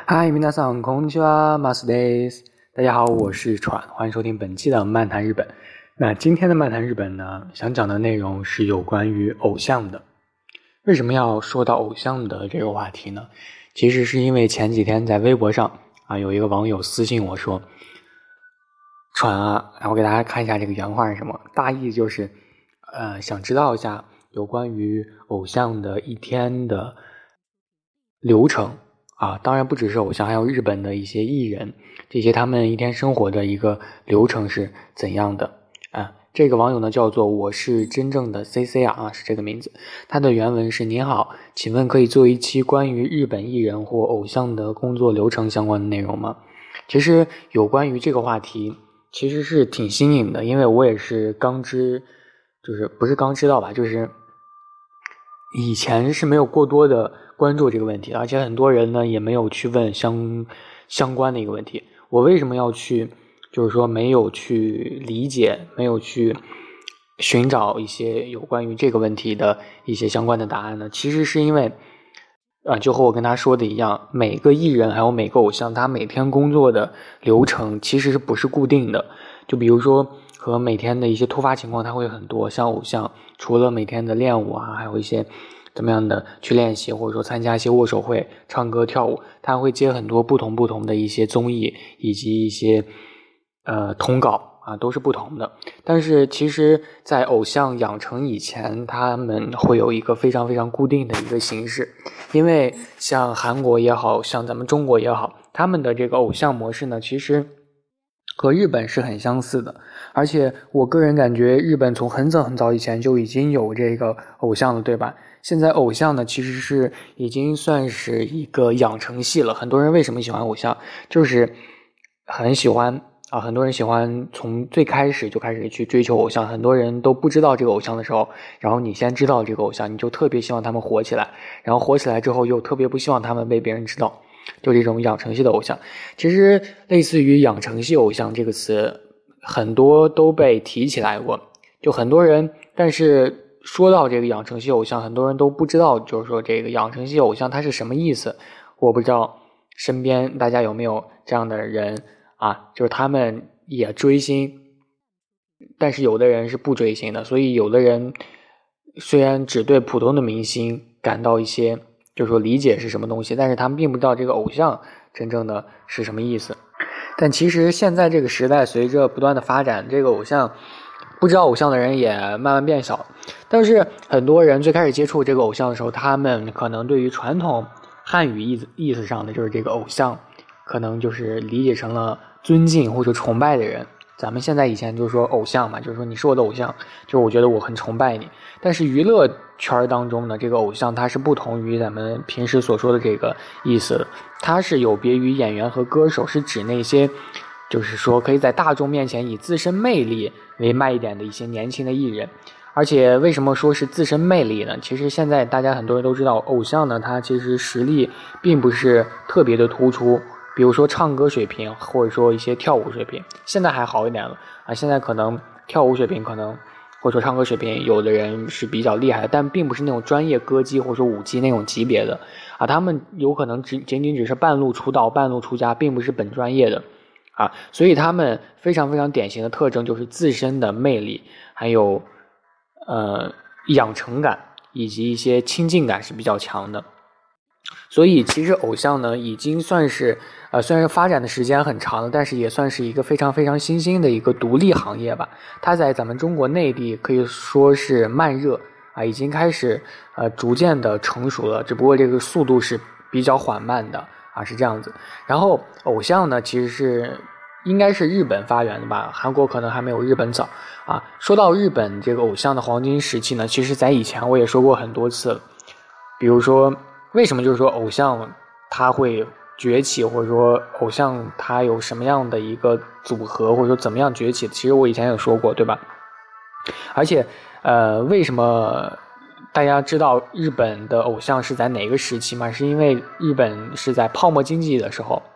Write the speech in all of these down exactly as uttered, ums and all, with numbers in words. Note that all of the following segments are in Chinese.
嗨，皆さんこんにちは、マスです。大家好，我是川，欢迎收听本期的漫谈日本。那今天的漫谈日本呢，想讲的内容是有关于偶像的。为什么要说到偶像的这个话题呢？其实是因为前几天在微博上啊，有一个网友私信我说，川啊，我给大家看一下这个原话是什么，大意就是呃，想知道一下有关于偶像的一天的流程啊，当然不只是偶像，还有日本的一些艺人，这些他们一天生活的一个流程是怎样的啊？这个网友呢叫做我是真正的 C C 啊，是这个名字。他的原文是：您好，请问可以做一期关于日本艺人或偶像的工作流程相关的内容吗？其实有关于这个话题其实是挺新颖的，因为我也是刚知，就是不是刚知道吧，就是以前是没有过多的关注这个问题，而且很多人呢也没有去问相相关的一个问题。我为什么要去就是说没有去理解，没有去寻找一些有关于这个问题的一些相关的答案呢？其实是因为啊，就和我跟他说的一样，每个艺人还有每个偶像他每天工作的流程其实是不是固定的。就比如说和每天的一些突发情况它会很多，像偶像除了每天的练舞啊，还有一些怎么样的去练习，或者说参加一些握手会、唱歌跳舞，他会接很多不同不同的一些综艺以及一些呃通告啊，都是不同的。但是其实在偶像养成以前，他们会有一个非常非常固定的一个形式，因为像韩国也好，像咱们中国也好，他们的这个偶像模式呢，其实和日本是很相似的。而且我个人感觉日本从很早很早以前就已经有这个偶像了，对吧？现在偶像呢其实是已经算是一个养成系了。很多人为什么喜欢偶像，就是很喜欢啊，很多人喜欢从最开始就开始去追求偶像。很多人都不知道这个偶像的时候，然后你先知道这个偶像，你就特别希望他们火起来，然后火起来之后又特别不希望他们被别人知道，就这种养成系的偶像。其实类似于养成系偶像这个词很多都被提起来过，就很多人，但是说到这个养成系偶像，很多人都不知道就是说这个养成系偶像它是什么意思。我不知道身边大家有没有这样的人啊，就是他们也追星，但是有的人是不追星的，所以有的人虽然只对普通的明星感到一些就是说理解是什么东西，但是他们并不知道这个偶像真正的是什么意思。但其实现在这个时代随着不断的发展，这个偶像不知道偶像的人也慢慢变少。但是很多人最开始接触这个偶像的时候，他们可能对于传统汉语意思意思上的就是这个偶像可能就是理解成了尊敬或者崇拜的人。咱们现在以前就是说偶像嘛，就是说你是我的偶像，就是我觉得我很崇拜你。但是娱乐圈当中呢，这个偶像它是不同于咱们平时所说的这个意思的，它是有别于演员和歌手，是指那些就是说可以在大众面前以自身魅力为卖点的一些年轻的艺人。而且为什么说是自身魅力呢？其实现在大家很多人都知道，偶像呢他其实实力并不是特别的突出，比如说唱歌水平或者说一些跳舞水平，现在还好一点了啊。现在可能跳舞水平可能或者说唱歌水平有的人是比较厉害的，但并不是那种专业歌姬或者说舞姬那种级别的啊，他们有可能只仅仅只是半路出道半路出家，并不是本专业的啊，所以他们非常非常典型的特征就是自身的魅力，还有呃养成感以及一些亲近感是比较强的。所以其实偶像呢已经算是呃虽然发展的时间很长了，但是也算是一个非常非常新兴的一个独立行业吧。它在咱们中国内地可以说是慢热啊，已经开始呃逐渐的成熟了，只不过这个速度是比较缓慢的啊，是这样子。然后偶像呢其实是应该是日本发源的吧，韩国可能还没有日本早啊。说到日本这个偶像的黄金时期呢，其实在以前我也说过很多次了，比如说为什么就是说偶像他会崛起，或者说偶像他有什么样的一个组合，或者说怎么样崛起，其实我以前有说过，对吧？而且呃，为什么大家知道日本的偶像是在哪个时期吗？是因为日本是在泡沫经济的时候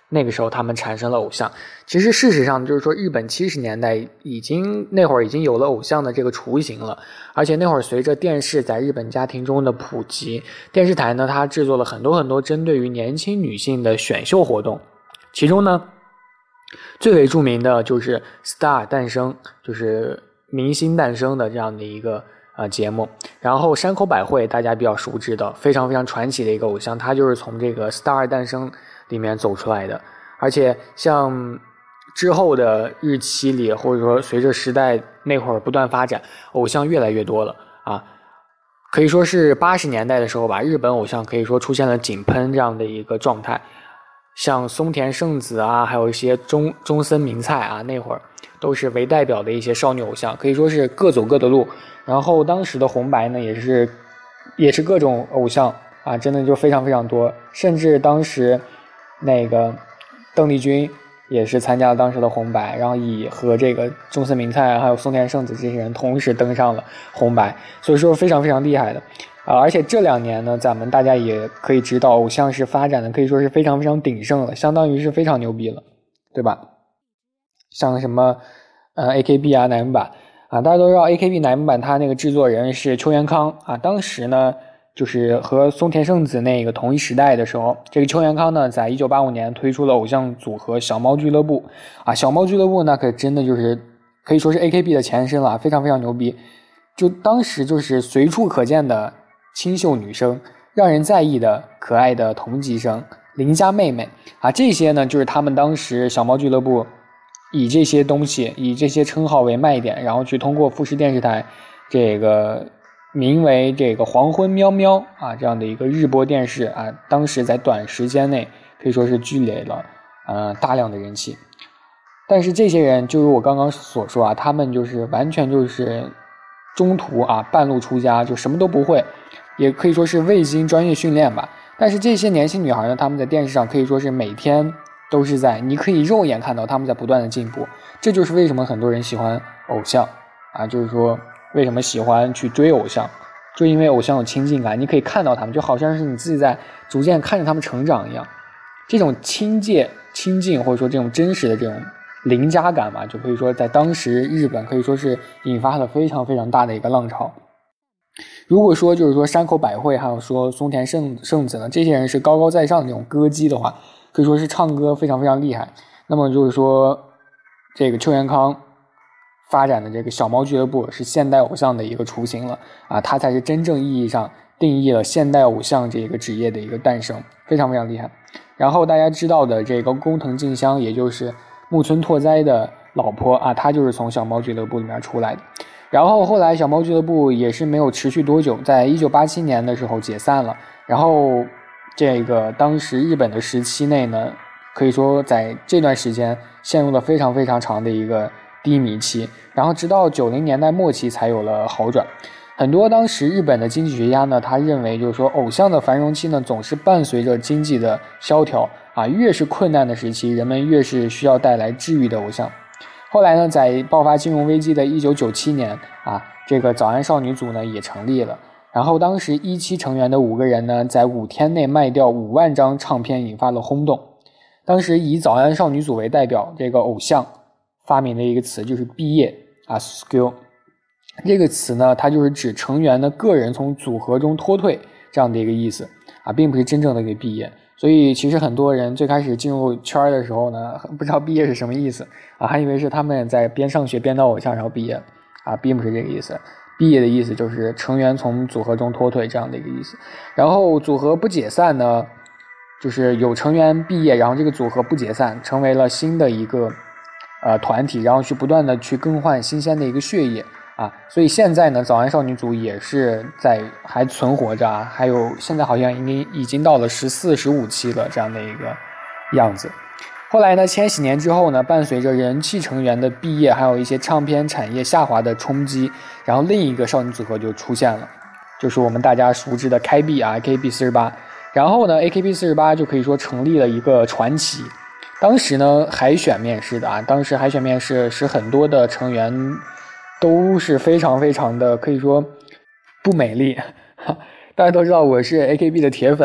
那个时候他们产生了偶像。其实事实上就是说，日本七十年代已经那会儿已经有了偶像的这个雏形了，而且那会儿随着电视在日本家庭中的普及，电视台呢它制作了很多很多针对于年轻女性的选秀活动，其中呢最为著名的就是 Star 诞生，就是明星诞生的这样的一个呃节目。然后山口百惠大家比较熟知的非常非常传奇的一个偶像，他就是从这个 Star 诞生里面走出来的。而且像之后的日期里，或者说随着时代那会儿不断发展，偶像越来越多了啊。可以说是八十年代的时候吧，日本偶像可以说出现了井喷这样的一个状态。像松田圣子啊，还有一些中中森明菜啊，那会儿都是为代表的一些少女偶像，可以说是各走各的路。然后当时的红白呢，也是也是各种偶像啊，真的就非常非常多。甚至当时那个邓丽君也是参加了当时的红白，然后以和这个中森明菜还有松田圣子这些人同时登上了红白，所以说非常非常厉害的。啊，而且这两年呢，咱们大家也可以知道，偶像是发展的可以说是非常非常鼎盛了，相当于是非常牛逼了，对吧？像什么呃 A K B 啊、乃木坂啊，大家都知道 A K B 乃木坂他那个制作人是秋元康啊，当时呢就是和松田圣子那个同一时代的时候，这个秋元康呢在一九八五年推出了偶像组合小猫俱乐部啊，小猫俱乐部呢可真的就是可以说是 A K B 的前身了，非常非常牛逼，就当时就是随处可见的清秀女生，让人在意的可爱的同级生，邻家妹妹啊，这些呢就是他们当时小猫俱乐部以这些东西以这些称号为卖点，然后去通过富士电视台这个名为这个黄昏喵喵啊这样的一个日播电视啊，当时在短时间内可以说是积累了呃大量的人气。但是这些人就如我刚刚所说啊，他们就是完全就是中途啊半路出家，就什么都不会，也可以说是未经专业训练吧。但是这些年轻女孩呢，她们在电视上可以说是每天都是在，你可以肉眼看到她们在不断的进步。这就是为什么很多人喜欢偶像啊，就是说为什么喜欢去追偶像，就因为偶像有亲近感，你可以看到他们，就好像是你自己在逐渐看着他们成长一样。这种亲切、亲近或者说这种真实的这种邻家感嘛，就可以说在当时日本可以说是引发了非常非常大的一个浪潮。如果说就是说山口百惠还有说松田圣圣子呢，这些人是高高在上的这种歌姬的话，可以说是唱歌非常非常厉害。那么就是说这个秋元康发展的这个小猫俱乐部是现代偶像的一个雏形了啊，它才是真正意义上定义了现代偶像这个职业的一个诞生，非常非常厉害。然后大家知道的这个工藤静香，也就是木村拓哉的老婆啊，她就是从小猫俱乐部里面出来的。然后后来小猫俱乐部也是没有持续多久，在一九八七年的时候解散了。然后这个当时日本的时期内呢，可以说在这段时间陷入了非常非常长的一个低迷期，然后直到九零年代末期才有了好转。很多当时日本的经济学家呢，他认为就是说偶像的繁荣期呢总是伴随着经济的萧条啊，越是困难的时期，人们越是需要带来治愈的偶像。后来呢，在爆发金融危机的一九九七年啊，这个早安少女组呢也成立了。然后当时一期成员的五个人呢，在五天内卖掉五万张唱片，引发了轰动。当时以早安少女组为代表，这个偶像发明的一个词就是毕业啊 ，skill。这个词呢，它就是指成员的个人从组合中脱退这样的一个意思啊，并不是真正的一个毕业。所以其实很多人最开始进入圈的时候呢，不知道毕业是什么意思啊，还以为是他们在边上学边当偶像然后毕业啊，并不是这个意思。毕业的意思就是成员从组合中脱退这样的一个意思。然后组合不解散呢，就是有成员毕业，然后这个组合不解散，成为了新的一个呃团体，然后去不断的去更换新鲜的一个血液啊。所以现在呢，早安少女组也是在还存活着啊，还有现在好像已经已经到了十四、十五期了这样的一个样子。后来呢，千禧年之后呢，伴随着人气成员的毕业，还有一些唱片产业下滑的冲击，然后另一个少女组合就出现了，就是我们大家熟知的开 B 啊 A K B 四十八。然后呢 A K B 四十八就可以说成立了一个传奇。当时呢海选面试的啊，当时海选面试使很多的成员都是非常非常的可以说不美丽。大家都知道我是 A K B 的铁粉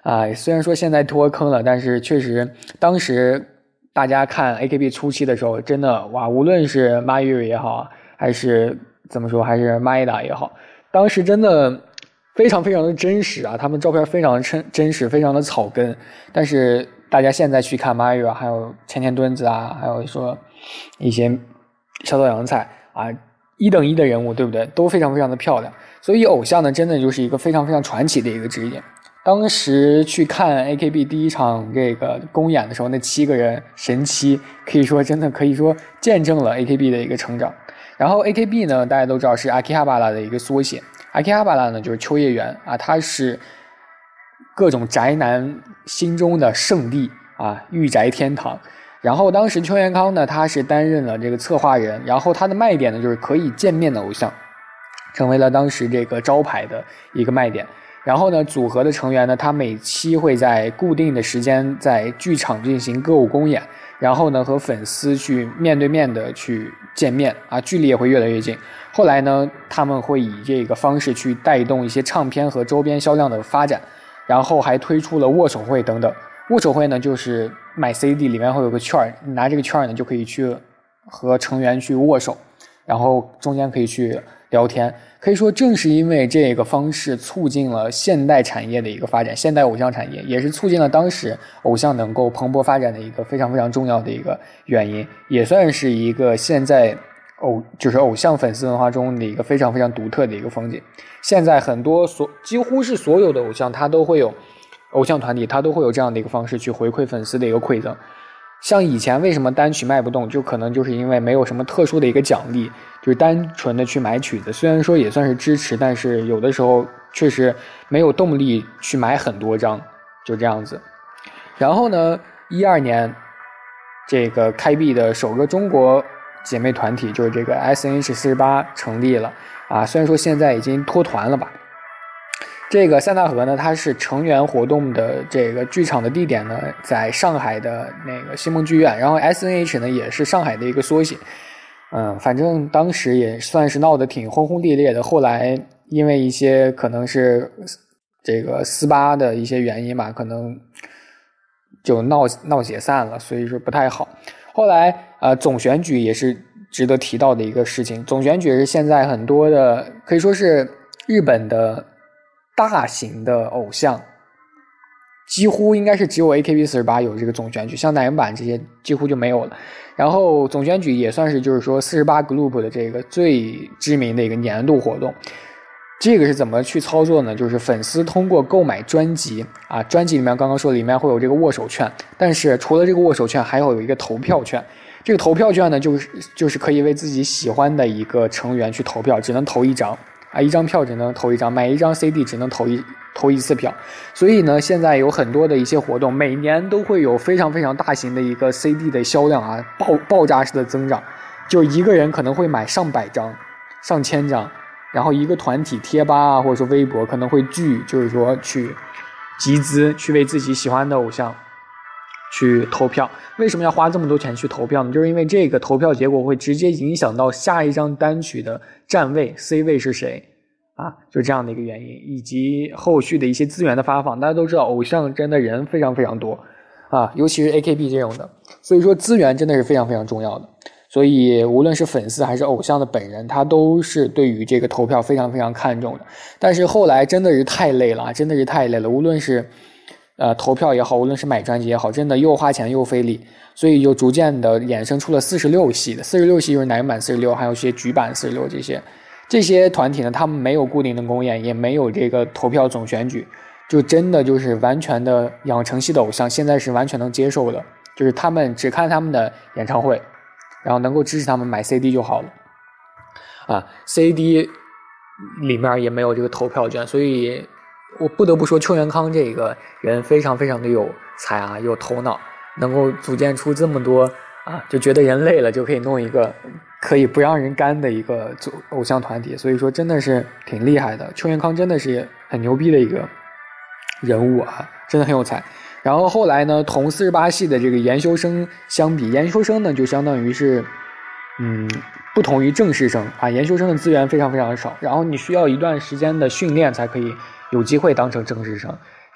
啊，虽然说现在脱坑了，但是确实当时大家看 A K B 初期的时候，真的哇，无论是 Mayu 也好，还是怎么说，还是 Maeda 也好，当时真的非常非常的真实啊，他们照片非常的真真实，非常的草根。但是大家现在去看 Mayu 啊，还有前田敦子啊，还有说一些小岛洋菜啊，一等一的人物，对不对？都非常非常的漂亮。所以偶像呢，真的就是一个非常非常传奇的一个职业。当时去看 A K B 第一场这个公演的时候，那七个人神七，可以说真的可以说见证了 A K B 的一个成长。然后 A K B 呢，大家都知道是 Akihabara 的一个缩写。Akihabara 呢就是秋叶原啊，它是各种宅男心中的圣地啊，御宅天堂。然后当时秋元康呢，他是担任了这个策划人，然后他的卖点呢就是可以见面的偶像，成为了当时这个招牌的一个卖点。然后呢，组合的成员呢，他每期会在固定的时间在剧场进行歌舞公演，然后呢和粉丝去面对面的去见面啊，距离也会越来越近。后来呢，他们会以这个方式去带动一些唱片和周边销量的发展，然后还推出了握手会等等。握手会呢，就是买 C D 里面会有个券，你拿这个券呢就可以去和成员去握手，然后中间可以去聊天。可以说正是因为这个方式促进了现代产业的一个发展，现代偶像产业也是促进了当时偶像能够蓬勃发展的一个非常非常重要的一个原因，也算是一个现在偶就是偶像粉丝文化中的一个非常非常独特的一个风景。现在很多所几乎是所有的偶像，他都会有偶像团体，他都会有这样的一个方式去回馈粉丝的一个馈赠。像以前为什么单曲卖不动，就可能就是因为没有什么特殊的一个奖励，就是单纯的去买曲子，虽然说也算是支持，但是有的时候确实没有动力去买很多张，就这样子。然后呢，一二年这个开闭的首个中国姐妹团体就是这个 S N H 四十八成立了啊，虽然说现在已经脱团了吧。这个三大河呢，它是成员活动的这个剧场的地点呢，在上海的那个星梦剧院，然后 S N H 呢也是上海的一个缩写。嗯，反正当时也算是闹得挺轰轰烈烈的，后来因为一些可能是这个四八的一些原因嘛，可能就闹闹解散了，所以说不太好。后来呃总选举也是值得提到的一个事情，总选举是现在很多的可以说是日本的大型的偶像，几乎应该是只有 A K B 四十八有这个总选举，像乃木坂这些几乎就没有了。然后总选举也算是就是说四十八 group 的这个最知名的一个年度活动。这个是怎么去操作呢？就是粉丝通过购买专辑啊，专辑里面刚刚说里面会有这个握手券，但是除了这个握手券，还有有一个投票券。这个投票券呢，就是就是可以为自己喜欢的一个成员去投票，只能投一张。啊，一张票只能投一张，买一张 C D 只能投一投一次票。所以呢，现在有很多的一些活动，每年都会有非常非常大型的一个 C D 的销量啊，爆爆炸式的增长。就一个人可能会买上百张、上千张，然后一个团体贴吧啊，或者说微博可能会聚，就是说去集资，去为自己喜欢的偶像去投票。为什么要花这么多钱去投票呢？就是因为这个投票结果会直接影响到下一张单曲的站位 C 位是谁啊，就这样的一个原因，以及后续的一些资源的发放。大家都知道偶像真的人非常非常多啊，尤其是 A K B 这种的，所以说资源真的是非常非常重要的。所以无论是粉丝还是偶像的本人，他都是对于这个投票非常非常看重的。但是后来真的是太累了，真的是太累了，无论是呃，投票也好，无论是买专辑也好，真的又花钱又费力，所以就逐渐的衍生出了四十六系的。四十六系就是乃木坂四十六，还有一些局版四十六这些。这些团体呢，他们没有固定的公演，也没有这个投票总选举，就真的就是完全的养成系的偶像，现在是完全能接受的，就是他们只看他们的演唱会，然后能够支持他们买 C D 就好了。啊 ，C D 里面也没有这个投票券，所以我不得不说，秋元康这个人非常非常的有才啊，有头脑，能够组建出这么多啊，就觉得人累了就可以弄一个可以不让人干的一个偶像团体，所以说真的是挺厉害的。秋元康真的是很牛逼的一个人物啊，真的很有才。然后后来呢，同四十八系的这个研修生相比，研修生呢就相当于是嗯不同于正式生啊，研修生的资源非常非常少，然后你需要一段时间的训练才可以有机会当成正式生。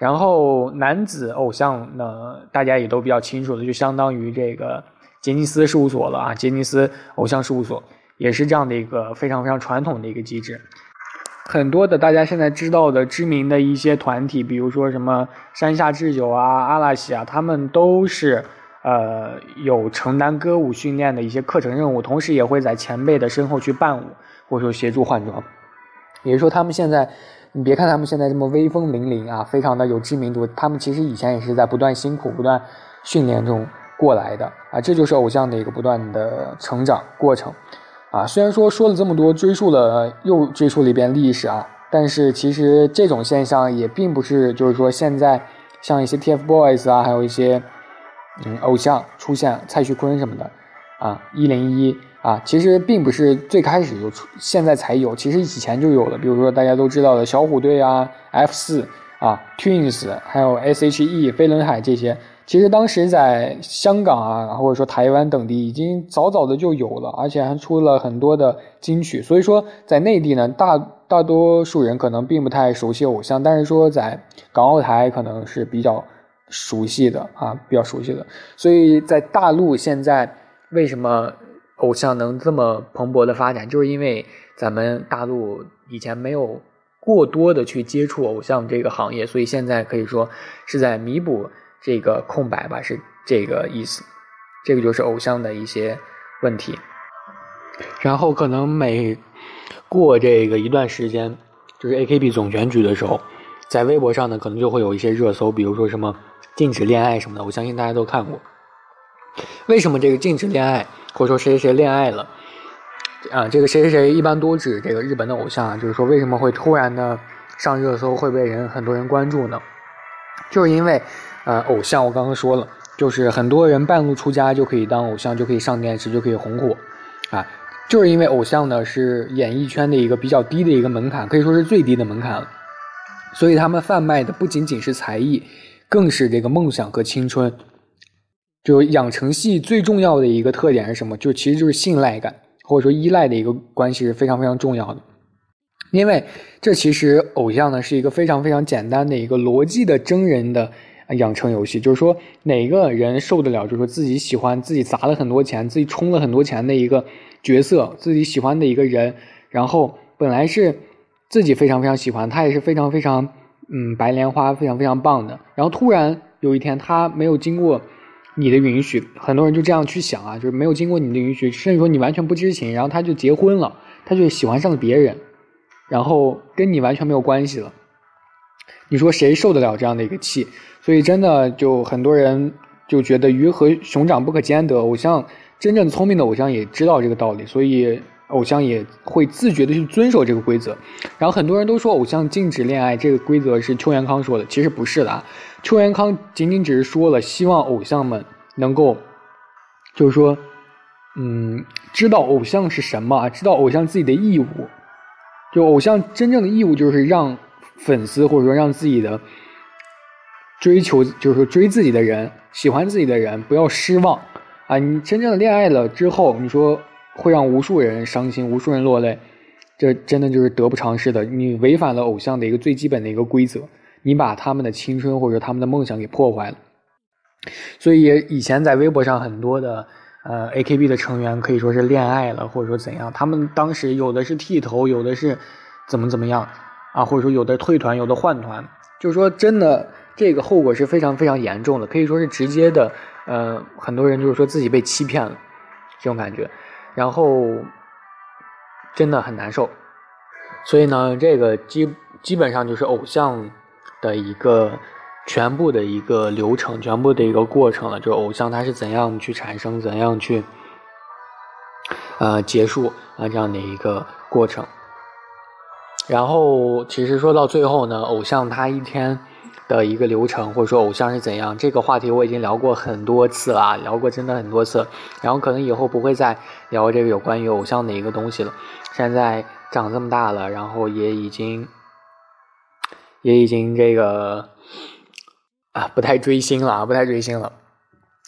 然后男子偶像呢，大家也都比较清楚的，就相当于这个杰尼斯事务所了啊，杰尼斯偶像事务所也是这样的一个非常非常传统的一个机制。很多的大家现在知道的知名的一些团体，比如说什么山下智久啊、阿拉西啊，他们都是呃有承担歌舞训练的一些课程任务，同时也会在前辈的身后去伴舞，或者说协助换装。也就是说，他们现在，你别看他们现在这么威风凛凛啊，非常的有知名度，他们其实以前也是在不断辛苦、不断训练中过来的啊，这就是偶像的一个不断的成长过程。啊，虽然说说了这么多，追溯了又追溯了一遍历史啊，但是其实这种现象也并不是就是说现在像一些 T F BOYS 啊，还有一些嗯偶像出现蔡徐坤什么的啊，一零一啊，其实并不是最开始就出，现在才有，其实以前就有了。比如说大家都知道的小虎队啊、F 四啊、Twins， 还有 S H E、飞轮海这些。其实当时在香港啊，或者说台湾等地已经早早的就有了，而且还出了很多的金曲。所以说在内地呢，大大多数人可能并不太熟悉偶像，但是说在港澳台可能是比较熟悉的啊，比较熟悉的。所以在大陆现在为什么偶像能这么蓬勃的发展，就是因为咱们大陆以前没有过多的去接触偶像这个行业，所以现在可以说是在弥补这个空白吧，是这个意思。这个就是偶像的一些问题。然后可能每过这个一段时间，就是 A K B 总选举的时候，在微博上呢可能就会有一些热搜，比如说什么禁止恋爱什么的，我相信大家都看过。为什么这个禁止恋爱，或者说谁谁谁恋爱了啊？这个谁谁谁一般多指这个日本的偶像啊，就是说为什么会突然的上热搜，会被人很多人关注呢？就是因为呃，偶像我刚刚说了，就是很多人半路出家就可以当偶像，就可以上电视，就可以红火啊。就是因为偶像呢是演艺圈的一个比较低的一个门槛，可以说是最低的门槛了，所以他们贩卖的不仅仅是才艺，更是这个梦想和青春。就养成系最重要的一个特点是什么？就其实就是信赖感，或者说依赖的一个关系是非常非常重要的。因为这其实偶像呢是一个非常非常简单的一个逻辑的真人的养成游戏，就是说哪个人受得了，就是说自己喜欢、自己砸了很多钱、自己充了很多钱的一个角色，自己喜欢的一个人，然后本来是自己非常非常喜欢，他也是非常非常嗯白莲花，非常非常棒的，然后突然有一天他没有经过你的允许，很多人就这样去想啊，就是没有经过你的允许，甚至说你完全不知情，然后他就结婚了，他就喜欢上了别人，然后跟你完全没有关系了。你说谁受得了这样的一个气？所以真的就很多人就觉得鱼和熊掌不可兼得，偶像真正聪明的偶像也知道这个道理，所以偶像也会自觉的去遵守这个规则。然后很多人都说偶像禁止恋爱这个规则是邱元康说的，其实不是的啊。邱元康仅仅只是说了希望偶像们能够就是说嗯，知道偶像是什么，知道偶像自己的义务。就偶像真正的义务就是让粉丝或者说让自己的追求，就是说追自己的人、喜欢自己的人不要失望啊！你真正的恋爱了之后，你说会让无数人伤心、无数人落泪，这真的就是得不偿失的。你违反了偶像的一个最基本的一个规则，你把他们的青春或者他们的梦想给破坏了。所以以前在微博上很多的呃 A K B 的成员可以说是恋爱了，或者说怎样，他们当时有的是剃头，有的是怎么怎么样啊，或者说有的退团，有的换团，就是说真的这个后果是非常非常严重的，可以说是直接的呃很多人就是说自己被欺骗了这种感觉，然后真的很难受。所以呢这个基基本上就是偶像的一个全部的一个流程，全部的一个过程了，就是偶像它是怎样去产生，怎样去呃结束啊这样的一个过程。然后其实说到最后呢，偶像他一天的一个流程，或者说偶像是怎样，这个话题我已经聊过很多次了，聊过真的很多次，然后可能以后不会再聊这个有关于偶像的一个东西了。现在长这么大了，然后也已经也已经这个啊不太追星了，不太追星了。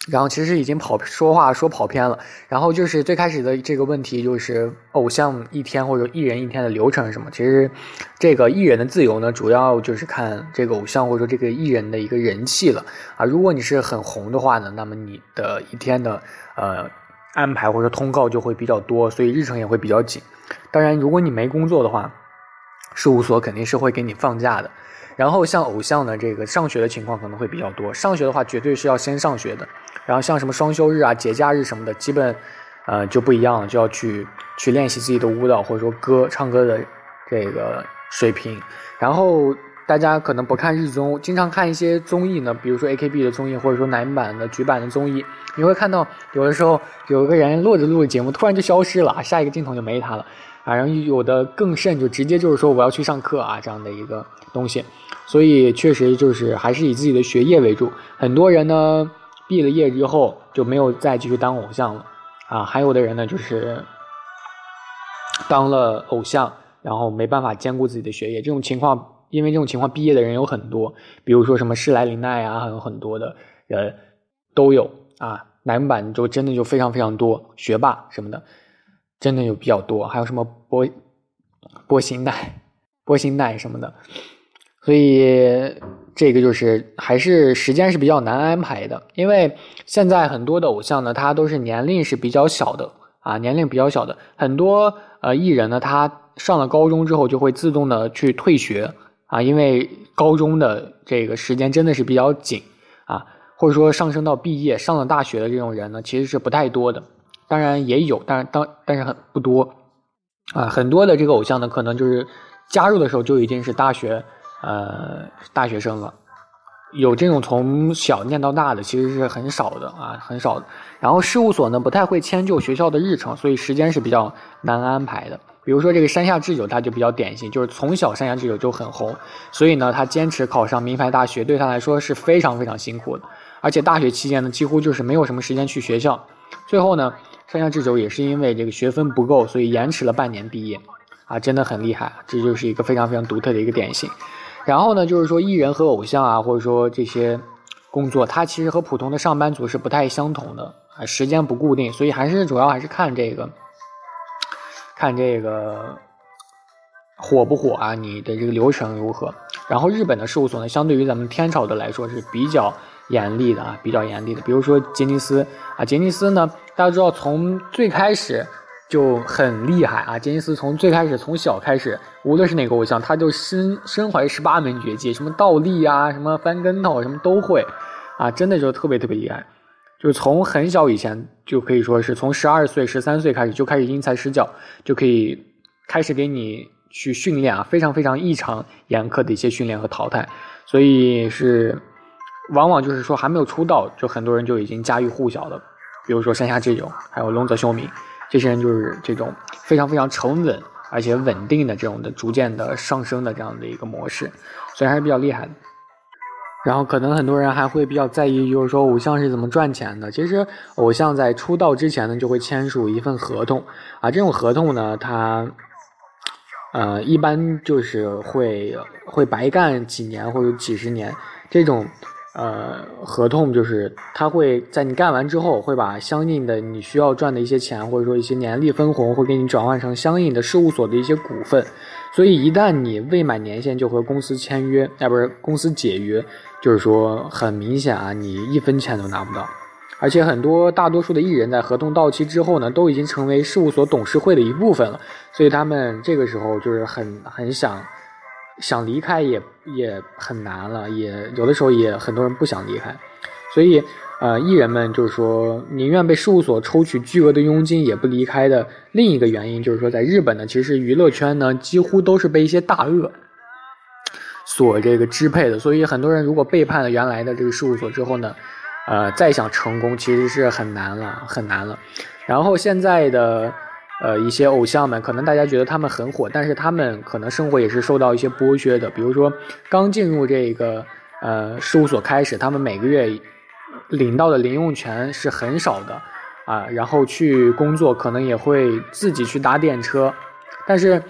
然后其实已经跑说话说跑偏了，然后就是最开始的这个问题就是偶像一天或者艺人一天的流程是什么？其实这个艺人的自由呢，主要就是看这个偶像或者说这个艺人的一个人气了啊。如果你是很红的话呢，那么你的一天的呃安排或者通告就会比较多，所以日程也会比较紧。当然，如果你没工作的话，事务所肯定是会给你放假的。然后像偶像呢，这个上学的情况可能会比较多。上学的话，绝对是要先上学的。然后像什么双休日啊、节假日什么的，基本呃就不一样了，就要去去练习自己的舞蹈或者说歌唱歌的这个水平。然后大家可能不看日综，经常看一些综艺呢，比如说 A K B 的综艺，或者说男版的、局版的综艺，你会看到有的时候有一个人录着录着节目，突然就消失了，下一个镜头就没他了啊。然后有的更甚，就直接就是说我要去上课啊这样的一个东西。所以确实就是还是以自己的学业为主，很多人呢毕了业之后就没有再继续当偶像了啊，还有的人呢就是当了偶像，然后没办法兼顾自己的学业，这种情况，因为这种情况毕业的人有很多，比如说什么施莱琳奈啊，还有很多的人都有啊，男版就真的就非常非常多，学霸什么的真的有比较多，还有什么波波星奈、波星奈什么的。所以这个就是还是时间是比较难安排的，因为现在很多的偶像呢，他都是年龄是比较小的啊，年龄比较小的很多呃艺人呢，他上了高中之后就会自动的去退学啊，因为高中的这个时间真的是比较紧啊，或者说上升到毕业上了大学的这种人呢，其实是不太多的，当然也有，但是当但是很不多啊，很多的这个偶像呢，可能就是加入的时候就已经是大学。呃，大学生了，有这种从小念到大的其实是很少的啊，很少的。然后事务所呢不太会迁就学校的日程，所以时间是比较难安排的。比如说这个山下智久，他就比较典型，就是从小山下智久就很红，所以呢，他坚持考上名牌大学，对他来说是非常非常辛苦的。而且大学期间呢，几乎就是没有什么时间去学校。最后呢，山下智久也是因为这个学分不够，所以延迟了半年毕业啊，真的很厉害，这就是一个非常非常独特的一个典型。然后呢，就是说艺人和偶像啊，或者说这些工作，它其实和普通的上班族是不太相同的啊，时间不固定，所以还是主要还是看这个，看这个火不火啊，你的这个流程如何。然后日本的事务所呢，相对于咱们天朝的来说是比较严厉的啊，比较严厉的。比如说杰尼斯啊，杰尼斯呢，大家知道从最开始就很厉害啊！杰尼斯从最开始从小开始，无论是哪个偶像，他就身身怀十八门绝技，什么倒立啊，什么翻跟头，什么都会啊，真的就特别特别厉害。就是从很小以前就可以说是从十二岁、十三岁开始就开始因材施教，就可以开始给你去训练啊，非常非常异常严苛的一些训练和淘汰。所以是往往就是说还没有出道，就很多人就已经家喻户晓了。比如说山下智久，还有龙泽秀明。这些人就是这种非常非常沉稳而且稳定的这种的逐渐的上升的这样的一个模式，所以还是比较厉害的。然后可能很多人还会比较在意，就是说偶像是怎么赚钱的。其实偶像在出道之前呢，就会签署一份合同啊，这种合同呢，它呃一般就是会会白干几年或者几十年这种。呃，合同就是他会在你干完之后，会把相应的你需要赚的一些钱，或者说一些年利分红，会给你转换成相应的事务所的一些股份。所以一旦你未满年限就和公司签约，哎，不是公司解约，就是说很明显啊，你一分钱都拿不到。而且很多大多数的艺人在合同到期之后呢，都已经成为事务所董事会的一部分了，所以他们这个时候就是很很想。想离开也也很难了，也有的时候也很多人不想离开，所以呃，艺人们就是说宁愿被事务所抽取巨额的佣金也不离开的另一个原因，就是说在日本呢，其实娱乐圈呢几乎都是被一些大鳄所这个支配的，所以很多人如果背叛了原来的这个事务所之后呢，呃，再想成功其实是很难了，很难了。然后现在的。呃，一些偶像们可能大家觉得他们很火，但是他们可能生活也是受到一些剥削的。比如说，刚进入这个呃事务所开始，他们每个月领到的零用钱是很少的啊，然后去工作可能也会自己去搭电车，但是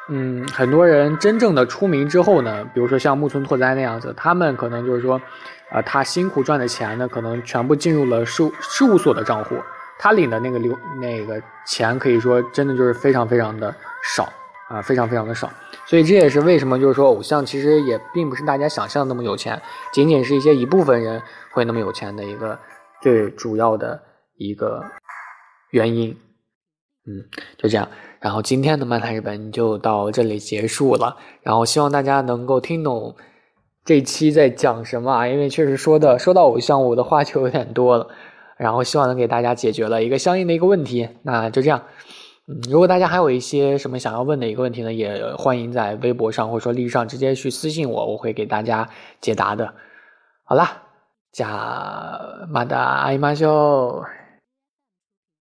嗯，很多人真正的出名之后呢，比如说像木村拓哉那样子，他们可能就是说，呃，他辛苦赚的钱呢，可能全部进入了事事务所的账户，他领的那个流那个钱，可以说真的就是非常非常的少啊，非常非常的少。所以这也是为什么就是说，偶像其实也并不是大家想象的那么有钱，仅仅是一些一部分人会那么有钱的一个最主要的一个原因。嗯，就这样。然后今天的漫谈日本就到这里结束了。然后希望大家能够听懂这期在讲什么啊，因为确实说的说到偶像，我的话就有点多了。然后希望能给大家解决了一个相应的一个问题。那就这样。嗯，如果大家还有一些什么想要问的一个问题呢，也欢迎在微博上或者说荔枝上直接去私信我，我会给大家解答的。好啦，じゃあまた会いましょう。